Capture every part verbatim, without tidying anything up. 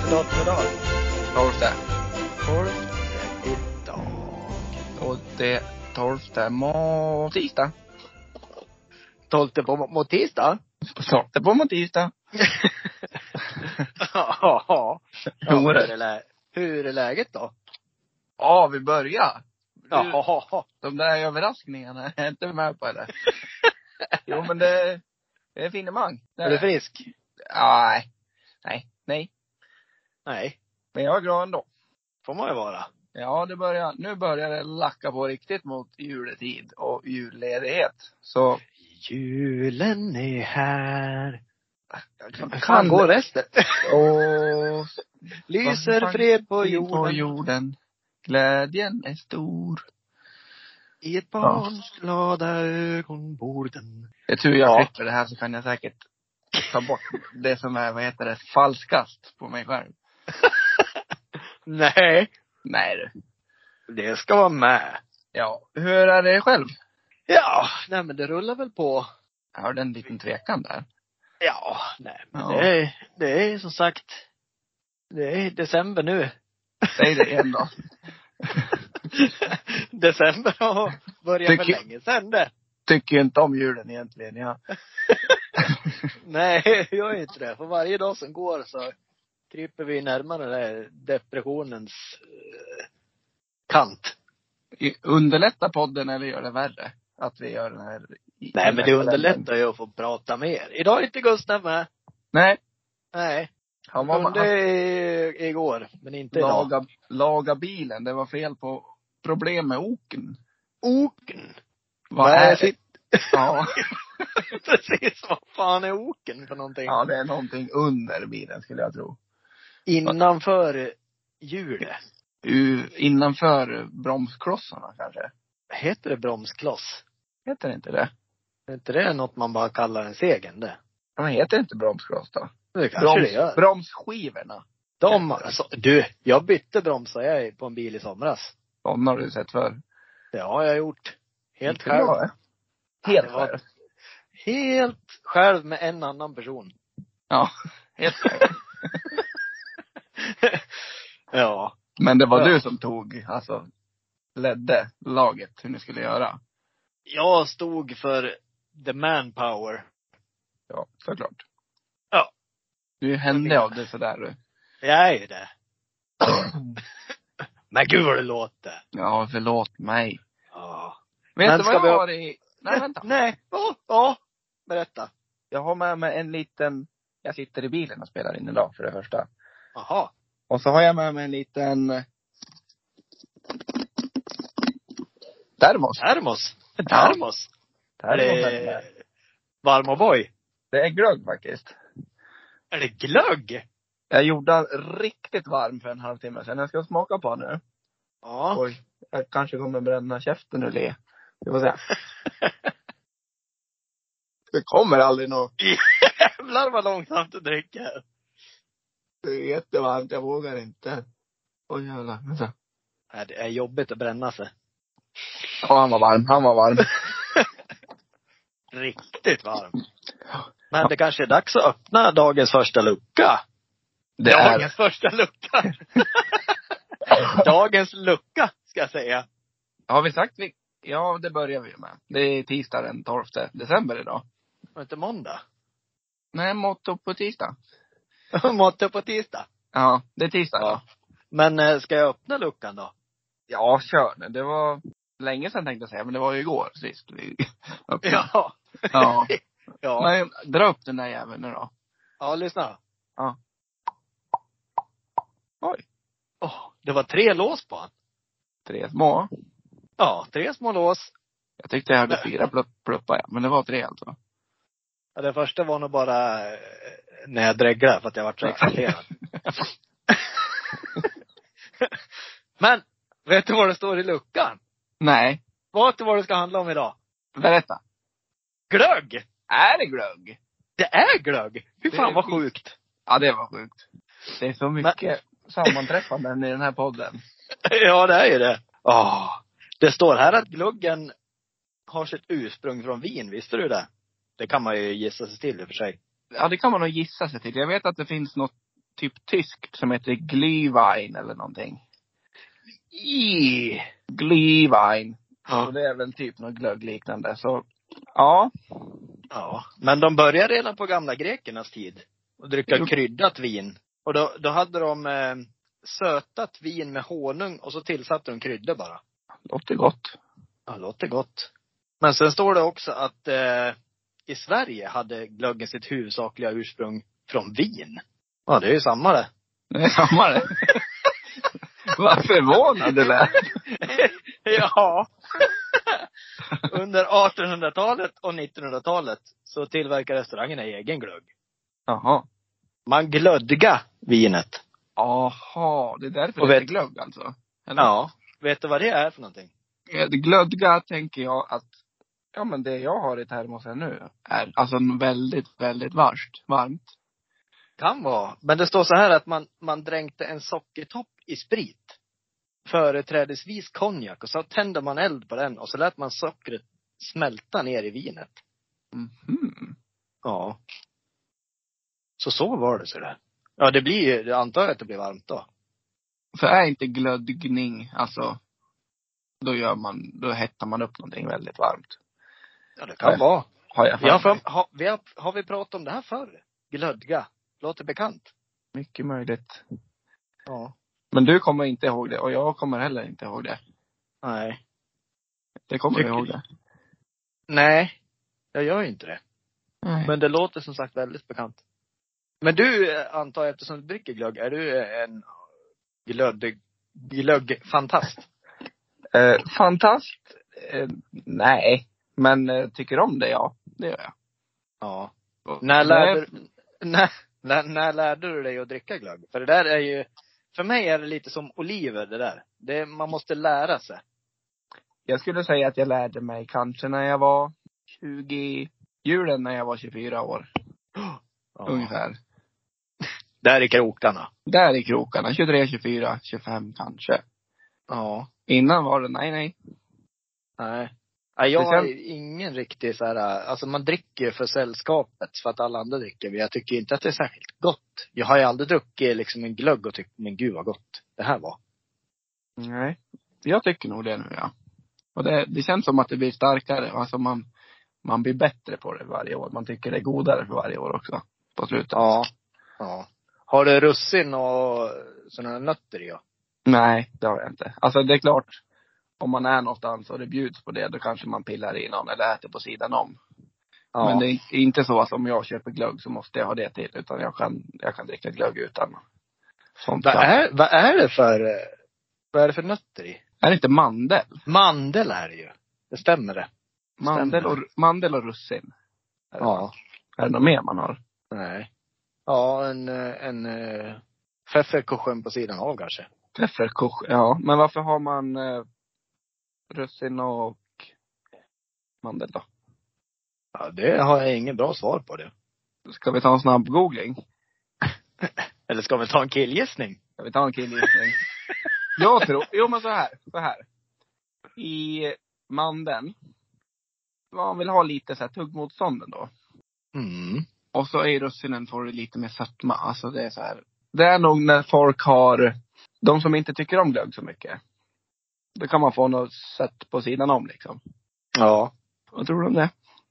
för datum idag? Tolfte. Tolfte idag. Och det tolfte må tisdag. Tolfte på må tisdag? Tolfte på må tisdag. Ja. Hur är, lä- hur är läget då? Ja, vi börjar. Ja. De där överraskningarna är jag inte med på eller? Jo, men det, det är finemang. Är du frisk? Nej. Nej. Nej. Nej. Men jag är glad ändå. Får man ju vara. Ja, det börjar, nu börjar det lacka på riktigt mot juletid och julledighet. Så julen är här. kan, Kan gå resten. Och lyser fred på jorden. på jorden. Glädjen är stor. I ett barns ja. glada ögon bor den. Det är tur jag ja. klipper det här, så kan jag säkert ta bort det som är, vad heter det, falskast på mig själv. Nej. Nej du. Det ska vara med. Ja, hur är det själv? Ja, nej men det rullar väl på. Jag hörde en liten tvekan där. Ja, nej men ja. det är, det är som sagt, det är december nu. Säg det igen då. December har börjat för Tycker, länge sedan det. Tycker inte om julen egentligen, ja. Nej, jag gör inte det. För varje dag som går så kryper vi närmare där depressionens eh, kant. Underlättar podden eller gör det värre att vi gör den här? I, Nej, men det underlättar ju att få prata mer. Idag är inte Gustav med. Nej. Nej. Han var kunde han, igår, men inte laga, idag. Laga bilen. Det var fel på problem med oken. Oken? Vad är det? Sitt... Ja. Precis, vad fan är oken för någonting? Ja, det är någonting under bilen skulle jag tro. Innanför hjulet? U, innanför bromsklossarna kanske. Heter det bromskloss? Heter det inte det? Är inte det något man bara kallar en segen det? Men heter det inte bromskloss då? Det kanske Broms, det gör. Bromsskivorna. De, alltså, du, jag bytte bromsar jag på en bil i somras. De har du sett för? Det har jag gjort. Helt inte själv. Bra, helt ja, själv. Helt själv med en annan person. Ja, helt själv. Ja. Men det var ja. du som tog, alltså, ledde laget hur ni skulle göra. Jag stod för the manpower. Ja, såklart. Ja. Du hände av det sådär du. Jag är ju det. Men gud vad det låter. Ja, förlåt mig. Ja. Vet Men du vad jag vi... har i? Nej, vänta. Nej, ja, ja. Berätta. Jag har med mig en liten, jag sitter i bilen och spelar in idag för det första. Aha. Och så har jag med mig en liten termos. Termos? Termos? Ja. Är det varm och boy? Det är glögg faktiskt. Är det glögg? Jag gjorde den riktigt varm för en halvtimme sedan. Jag ska smaka på nu. Ja. Oj, jag kanske kommer bränna käften och le. Vi får se. Det kommer aldrig något. Jävlar vad långsamt du dricker. Det är jättevarmt, jag vågar inte. Oj jävlar, vänta. Nej, det är jobbigt att bränna sig. Ja, han var varm, han var varm. Riktigt varm. Men det kanske är dags att öppna dagens första lucka. Det dagens är... första lucka. Dagens lucka, ska jag säga. Har vi sagt vi... Ja, det börjar vi med. Det är tisdag den tolfte december idag. Var det inte måndag? Nej, motto på tisdag. Motto på tisdag? Ja, det är tisdag ja. Då. Men ska jag öppna luckan då? Ja, kör. Det var länge sedan tänkte jag säga, men det var ju igår sist vi öppnade. Ja. Ja. Ja. Men dra upp den där jäveln nu då. Ja, lyssna. Ja. Oj. Oh, det var tre lås på han. Tre små. Ja, tre små lås. Jag tyckte jag hade fyra plupp, pluppar, ja. Men det var tre alltså. Ja, det första var nog bara eh, när jag dreglade för att jag var så exalterad. Men, vet du vad det står i luckan? Nej. Vet du vad det ska handla om idag? Berätta. Glögg! Är det glögg? Det är glögg! Hur fan vad sjukt. Ja, det var sjukt. Det är så mycket Men... sammanträffanden i den här podden. Ja, det är ju det. Åh. Det står här att glöggen har sitt ursprung från vin, visste du det? Det kan man ju gissa sig till i och för sig. Ja, det kan man nog gissa sig till. Jag vet att det finns något typ tyskt som heter Glühwein eller någonting. I. Glühwein. Ja. Och det är väl typ något glöggliknande. Så, ja. Ja. Men de började redan på gamla grekernas tid. Och dricka Jo. kryddat vin. Och då, då hade de eh, sötat vin med honung. Och så tillsatte de kryddor bara. Låter gott. Ja, det låter gott. Men sen står det också att eh, i Sverige hade glöggen sitt huvudsakliga ursprung från vin. Ja, det är ju samma det. Det är samma det. Vad förvånad det lät. Ja. Under artonhundratalet och nittonhundratalet så tillverkade restaurangerna egen glögg. Jaha. Man glödga vinet. Jaha, det är därför Och det vet- är glögg alltså. Eller? Ja. Vet du vad det är för någonting? Det glödga tänker jag att, ja men det jag har i termosen nu är alltså väldigt, väldigt varmt. varmt. Kan vara. Men det står så här att man, man dränkte en sockertopp i sprit. Företrädesvis konjak. Och så tände man eld på den. Och så lät man sockret smälta ner i vinet. Mhm. Ja. Så så var det så där. Ja, det blir ju, jag antar att det blir varmt då. För är inte glödgning, alltså, då gör man, då hettar man upp någonting väldigt varmt. Ja, det kan Ja. vara. Har jag Vi har, för för, har, vi har, har vi pratat om det här förr? Glödga. Låter bekant. Mycket möjligt. Ja. Men du kommer inte ihåg det och jag kommer heller inte ihåg det. Nej. Det kommer du Tycker- ihåg det? Nej. Jag gör ju inte det. Nej. Men det låter som sagt väldigt bekant. Men du, eh, antar jag, eftersom du dricker glögg, är du eh, en glöd, glöggfantast? Eh, fantast? Eh, nej. Men eh, tycker om det, ja. Det gör jag. Ja. Och När det lärde, är- du, när, när, när lärde du dig att dricka glögg? För det där är ju, för mig är det lite som oliver det där. Det, man måste lära sig. Jag skulle säga att jag lärde mig kanske när jag var tjugo, julen när jag var tjugofyra år. Ja. Ungefär. Där i krokarna. Där i krokarna. tjugotre, tjugofyra, tjugofem kanske. Ja. Innan var det nej, nej. Nej. Nej, jag Speciellt- är ingen riktig så här, alltså man dricker för sällskapet för att alla andra dricker. Men jag tycker inte att det är särskilt gott. Jag har ju aldrig druckit liksom en glögg och tyckt, men gud vad gott det här var. Nej. Jag tycker nog det nu, ja. Och det, det känns som att det blir starkare. Alltså man, man blir bättre på det varje år. Man tycker det är godare för varje år också. På slutet. Ja. Ja. Har du russin och sådana nötter i? Ja? Nej, det har jag inte. Alltså det är klart. Om man är någonstans och det bjuds på det, då kanske man pillar i någon eller äter på sidan om. Ja. Men det är inte så att om jag köper glögg så måste jag ha det till. Utan jag kan, jag kan dricka glögg utan sånt. Vad är, vad är det för, eh, vad är det för nötter i? Är det inte mandel? Mandel är det ju. Det stämmer det. Mandel och, mandel och russin. Är det, Ja. är det något mer man har? Nej. Ja, en, eh, en uh, pfefferkuchen på sidan av kanske. Pfefferkuch, ja. Men varför har man eh, russin och mandel då? Ja, det har jag ingen bra svar på det. Ska vi ta en snabb googling? Eller ska vi ta en killgissning? Ska vi ta en killgissning? Jag tror, jo men så här, så här. I mandeln, man vill ha lite så här tuggmotstånden då. Mm. Och så i russinen får du lite mer sötma. Alltså det är så här. Det är nog när folk har, de som inte tycker om glögg så mycket. Då kan man få något sött på sidan om liksom. Ja. Vad tror du om det?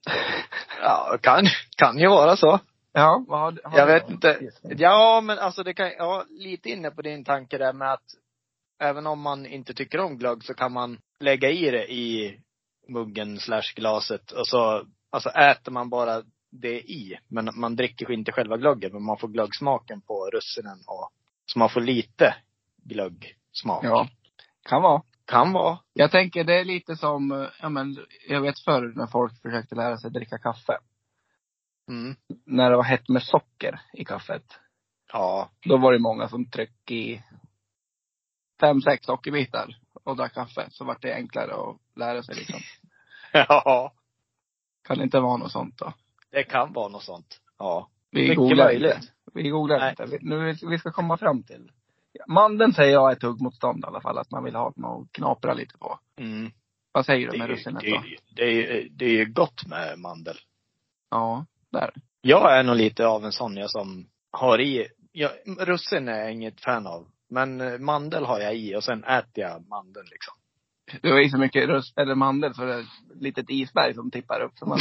Ja, kan, kan ju vara så. Ja, vad har, har Jag du vet då? inte. Ja, men alltså det kan, ja, lite inne på din tanke där med att även om man inte tycker om glögg så kan man lägga i det i muggen slash glaset och så, alltså äter man bara det i. Men man dricker inte själva glöggen, men man får glöggsmaken på russinen och så man får lite glöggsmak. Ja, kan vara. Kan vara. Jag tänker det är lite som, ja men, jag vet förr när folk försökte lära sig dricka kaffe. Mm. När det var hett med socker i kaffet. Ja. Då var det många som tryckte i fem, sex sockerbitar och drack kaffe. Så var det enklare att lära sig liksom. Ja. Kan det inte vara något sånt då? Det kan vara något sånt. Ja. Vi Mycket googlar möjligt. inte. Vi googlar Nej. inte. Vi, nu, vi ska komma fram till. Mandeln säger jag är tuggmotstånd i alla fall. Att man vill ha något att knapra lite på. Mm. Vad säger du Det, med är, russinet det, då? är, det, är, det är ju gott med mandel. Ja, där. Jag är nog lite av en sån jag som har i Ja, russin är jag inget fan av. Men mandel har jag i och sen äter jag mandeln liksom. Du har i så mycket röst eller mandel så det är ett litet isberg som tippar upp. Som man...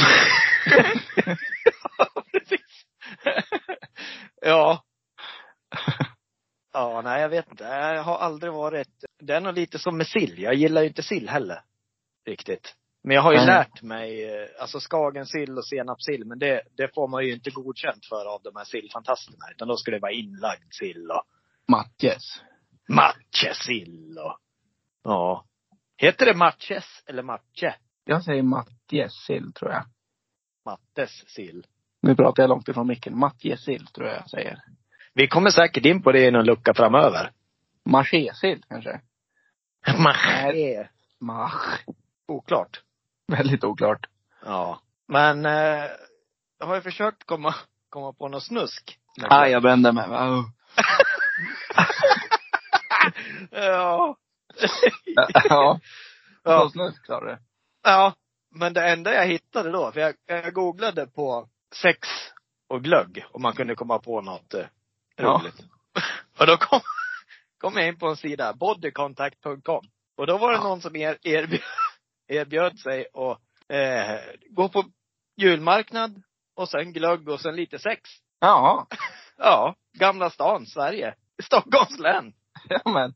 Ja, precis. Ja. Ja, nej jag vet inte. Jag har aldrig varit... Det är nog lite som med sill. Jag gillar ju inte sill heller. Riktigt. Men jag har ju Nej. lärt mig, alltså skagensill och senapssill, men det, det får man ju inte godkänt för av de här sillfantasterna. Utan då ska det vara inlagd sill och Matjes. matjessill och... Ja. Heter det matjes eller matje? Jag säger Matjes sill tror jag. Mattes sill. Nu pratar jag långt ifrån micken. Matjes sill tror jag jag säger. Vi kommer säkert in på det i någon lucka framöver. Marché-sill kanske. Marché. Mach. Oklart. Väldigt oklart. Ja. Men eh, jag har ju försökt komma, komma på något snusk. Ah, jag brände mig. Oh. Ja. Ja. Ja. Så snusk sa du. Ja. Men det enda jag hittade då, för jag, jag googlade på sex och glögg. Och man kunde komma på något eh, roligt. Ja. Och då kom, kom jag in på en sida, bodycontact punkt com. Och då var det ja. någon som er, erbjöd, erbjöd sig att eh, gå på julmarknad och sen glögg och sen lite sex. Ja. Ja, Gamla stan, Sverige. Stockholms län. Ja, men.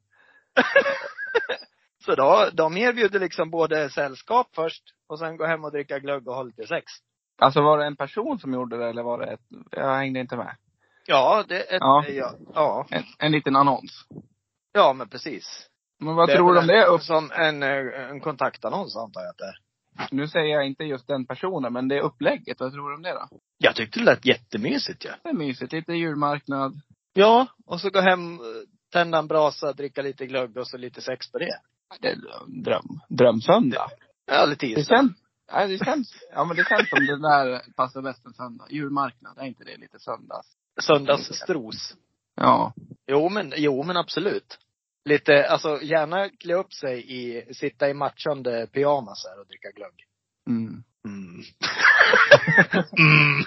Så då, de erbjuder liksom både sällskap först och sen gå hem och dricka glögg och ha lite sex. Alltså var det en person som gjorde det eller var det ett, jag hängde inte med. Ja, det är ett, ja. ja, ja. En, en liten annons. Ja, men precis. Men vad det tror du om det? Upp... Som en, en kontaktannons antar jag att det är. Nu säger jag inte just den personen, men det är upplägget. Vad tror du om det då? Jag tyckte det lät jättemysigt, ja. Det är mysigt, lite julmarknad. Ja, och så gå hem, tända en brasa, dricka lite glögg och så lite sex på det. Det är dröm. Drömsöndag. Ja, lite tisdag. Det känns, ja, det känns, ja men det känns som det där passar bäst en söndag. Julmarknad, är inte det lite söndags? Söndagsstros. Ja. Jo men, jo men absolut. Lite, alltså gärna klä upp sig i, sitta i matchande pyjamas här och dricka glögg. Mm. Mm. mm.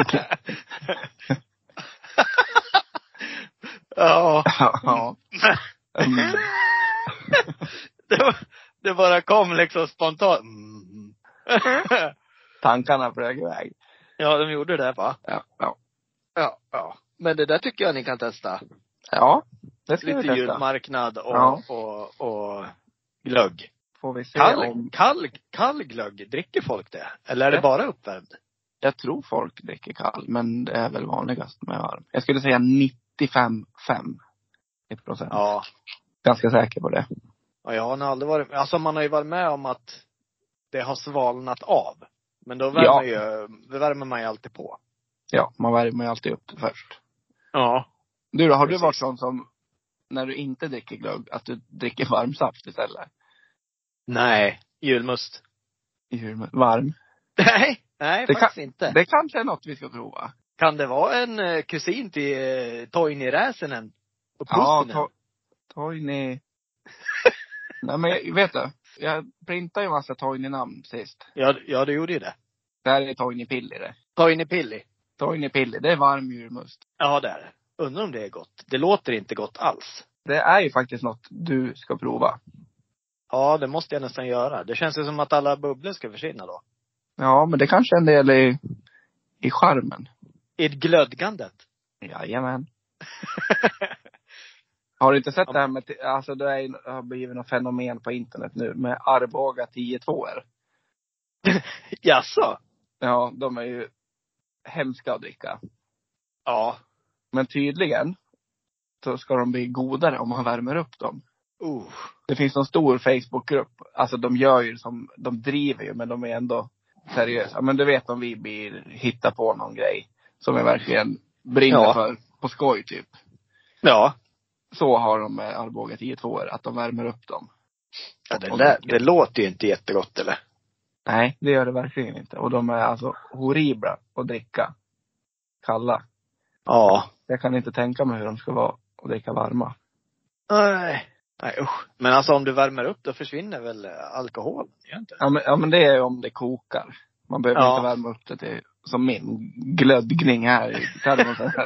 Ja. Ja. Mm. det, var, det bara kom liksom spontant. Mm. Tankarna flög iväg. Ja, de gjorde det va? Ja, ja. Ja, ja. Men det där tycker jag ni kan testa. Ja, det ska lite vi testa. julmarknad och, ja. och, och glögg. Får vi se kall, om... kall, kall glögg, dricker folk det? Eller är det, det bara uppvärmd? Jag tror folk dricker kall, men det är väl vanligast med varm. Jag skulle säga nittiofem komma fem procent. Ja. Ganska säker på det. Ja, jag har nog aldrig varit, alltså man har ju varit med om att det har svalnat av. Men då värmer, ja. ju, det värmer man ju alltid på. Ja, man värmer ju alltid upp först. Ja. Du då, har Precis. du varit sån som, när du inte dricker glögg, att du dricker varm saft istället? Nej, julmust. Julmust, varm? Nej, nej det faktiskt kan, inte. Det kanske är något vi ska prova. Kan det vara en uh, kusin till uh, Toini Räsenen? Ja, to, Toini. Nej men vet du, jag printade ju massa Toini-namn sist. Ja, ja, du gjorde ju det. Det här är Toini Pilli det. Toini Pilli. Toini Pilli, det är varm julmust. Ja, det är det. Undrar om det är gott. Det låter inte gott alls. Det är ju faktiskt något du ska prova. Ja, det måste jag nästan göra. Det känns ju som att alla bubblor ska försvinna då. Ja, men det kanske är en del i, i charmen. I glödgandet? Jajamän. Har du inte sett ja. det här med, alltså det är, har blivit något fenomen på internet nu med Arboga tio tvåor. Jaså? Ja, de är ju hemska att dricka. Ja. Men tydligen så ska de bli godare om man värmer upp dem. Uh. Det finns en stor Facebookgrupp. Alltså de gör ju som, de driver ju, men de är ändå seriösa. Men du vet om vi blir hitta på någon grej som är verkligen brinner ja. för på skoj typ. Ja. Så har de med Arboga tio tvåor, att de värmer upp dem. Ja, det, lä- det låter ju inte jättegott eller? Nej, det gör det verkligen inte. Och de är alltså horribla att dricka kalla. Ja. Jag kan inte tänka mig hur de ska vara att dricka varma. Nej. Nej usch. Men alltså om du värmer upp då försvinner väl alkohol? Inte? Ja, men, ja men det är om det kokar. Man behöver ja. inte värma upp det till, som min glödgning här i termosen.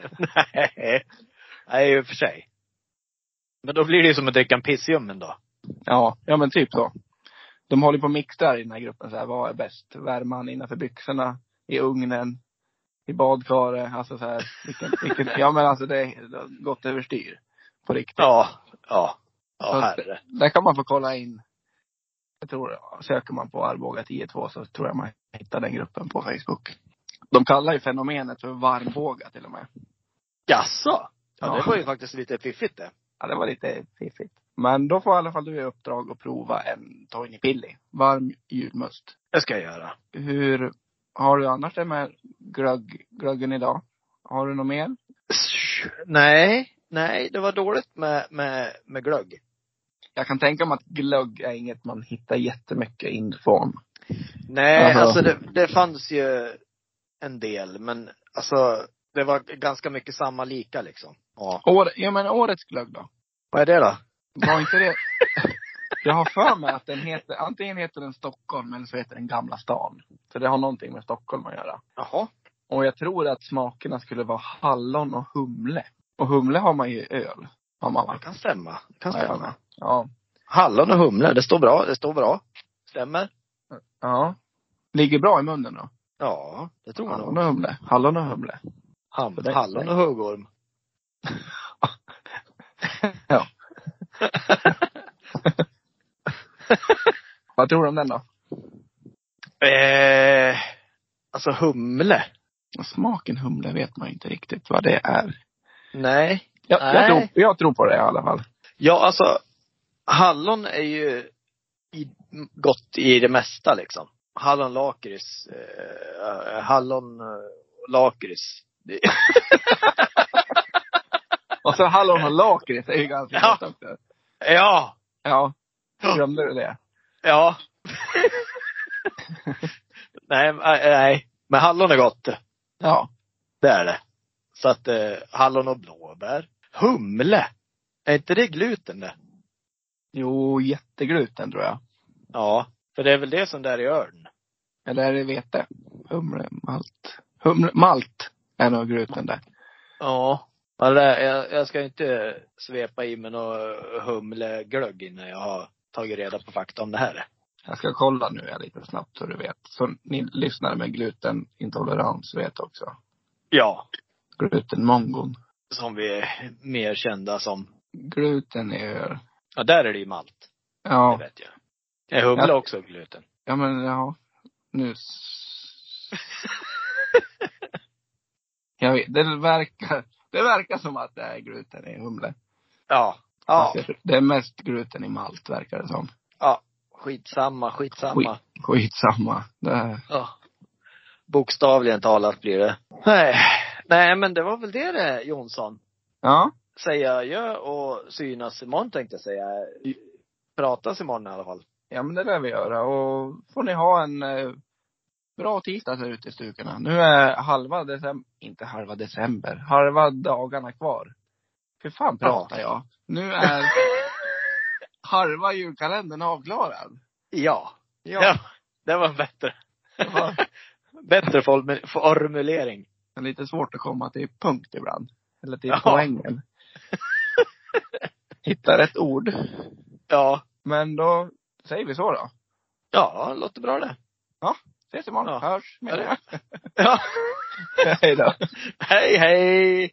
Nej. Nej, i och för sig. Men då blir det ju som att dricka en pissjummen då. Ja, ja men typ så. De håller på att mixa i den här gruppen så här, vad är bäst? Värman innanför byxorna, i ugnen, i badkaret, alltså så här, vilken, vilken, ja men alltså det är gått överstyr på riktigt. Ja, ja. Ja, så herre. Där kan man få kolla in. Jag tror, söker man på Arboga tio två så tror jag man hittar den gruppen på Facebook. De kallar ju fenomenet för varmbåga till och med. Jaså? Ja, Ja. det var ju faktiskt lite fiffigt det. Ja, det var lite fiffigt. Men då får i alla fall du i uppdrag att prova en Tony Pilli. Varm julmust. Det ska jag göra. Hur har du annars det med glögg, glöggen idag? Har du något mer? Nej, nej, det var dåligt med, med, med glögg. Jag kan tänka mig att glögg är inget man hittar jättemycket info. Nej, Alltså. alltså det, det fanns ju en del, men alltså det var ganska mycket samma lika liksom. Ja. År, ja men årets glögg då? Vad är det då? Var inte det? Jag har för mig att den heter, antingen heter den Stockholm eller så heter den Gamla stan. Så det har någonting med Stockholm att göra. Jaha. Och jag tror att smakerna skulle vara hallon och humle. Och humle har man ju i öl. Har man, Det kan stämma. Det kan stämma. Ja, ja. Hallon och humle, det står bra, det står bra. Stämmer? Ja. Ligger bra i munnen då? Ja, det tror jag Hallon nog. och humle. Hallon och humle. Ham, det- hallon och huggorm. Ja. Vad tror du om den då? Eh, alltså humle. Smaken humle vet man inte riktigt vad det är. Nej. Jag, Nej. jag, tror, jag tror på det i alla fall. Ja, alltså hallon är ju i, gott i det mesta liksom. Hallon lakrits, eh, hallon eh, lakrits. Det- Och så hallon och lakrits är ju ganska Ja. gott också. ja, Ja. Glömde du det? ja. nej, nej, men hallon är gott. Ja. Det är det. Så att eh, hallon och blåbär. Humle. Är inte det gluten det? Jo, jättegluten tror jag. Ja, för det är väl det som där i örn. Eller är det vete? Humle, malt. Humle, malt är nog gluten där. Ja. Alltså, jag, jag ska inte svepa i med någon humleglögg innan jag har tagit reda på fakta om det här. Jag ska kolla nu jag lite snabbt så du vet. Så ni lyssnar med glutenintolerans vet också. Ja. Glutenmongon. Som vi är mer kända som. Gluten i öl. Ja, där är det ju malt. Det Ja. vet jag. Är humle Ja. också gluten? Ja men ja. Nu. s- Jag vet, det verkar. Det verkar som att det är gluten i humle. Ja. Ja. Fast Det är mest gluten i malt verkar det som. Ja. Skitsamma, skitsamma. Skit, skitsamma. Det är... Ja. Bokstavligen talat blir det. Nej. Nej, men det var väl det det, Jonsson. Ja. Säga adjö och synas imorgon tänkte jag säga. Pratas imorgon i alla fall. Ja men det lär vi göra. Och får ni ha en eh, bra tisdag där ute i stugorna. Nu är halva december, inte halva december, halva dagarna kvar. Hur fan pratar jag? Nu är halva julkalendern avklarad. Ja. Ja. Ja. Det var bättre. Det var Bättre form- formulering. lite svårt att komma till punkt ibland. Eller till Ja. poängen. Hitta rätt ord. Ja. Men då säger vi så då. Ja, låter bra det. Ja, ses imorgon. Ja. Hörs. Ja, Med det- Ja. Hej då. Hej, hej.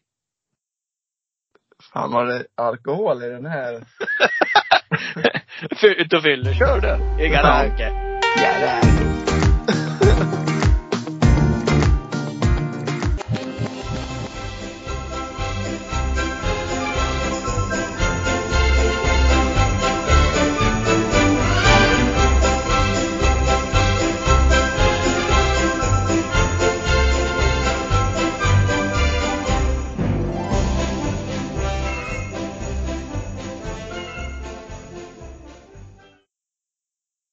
Fan var det alkohol i den här? Ut och fyller, kör du. I garaget. Ja, det är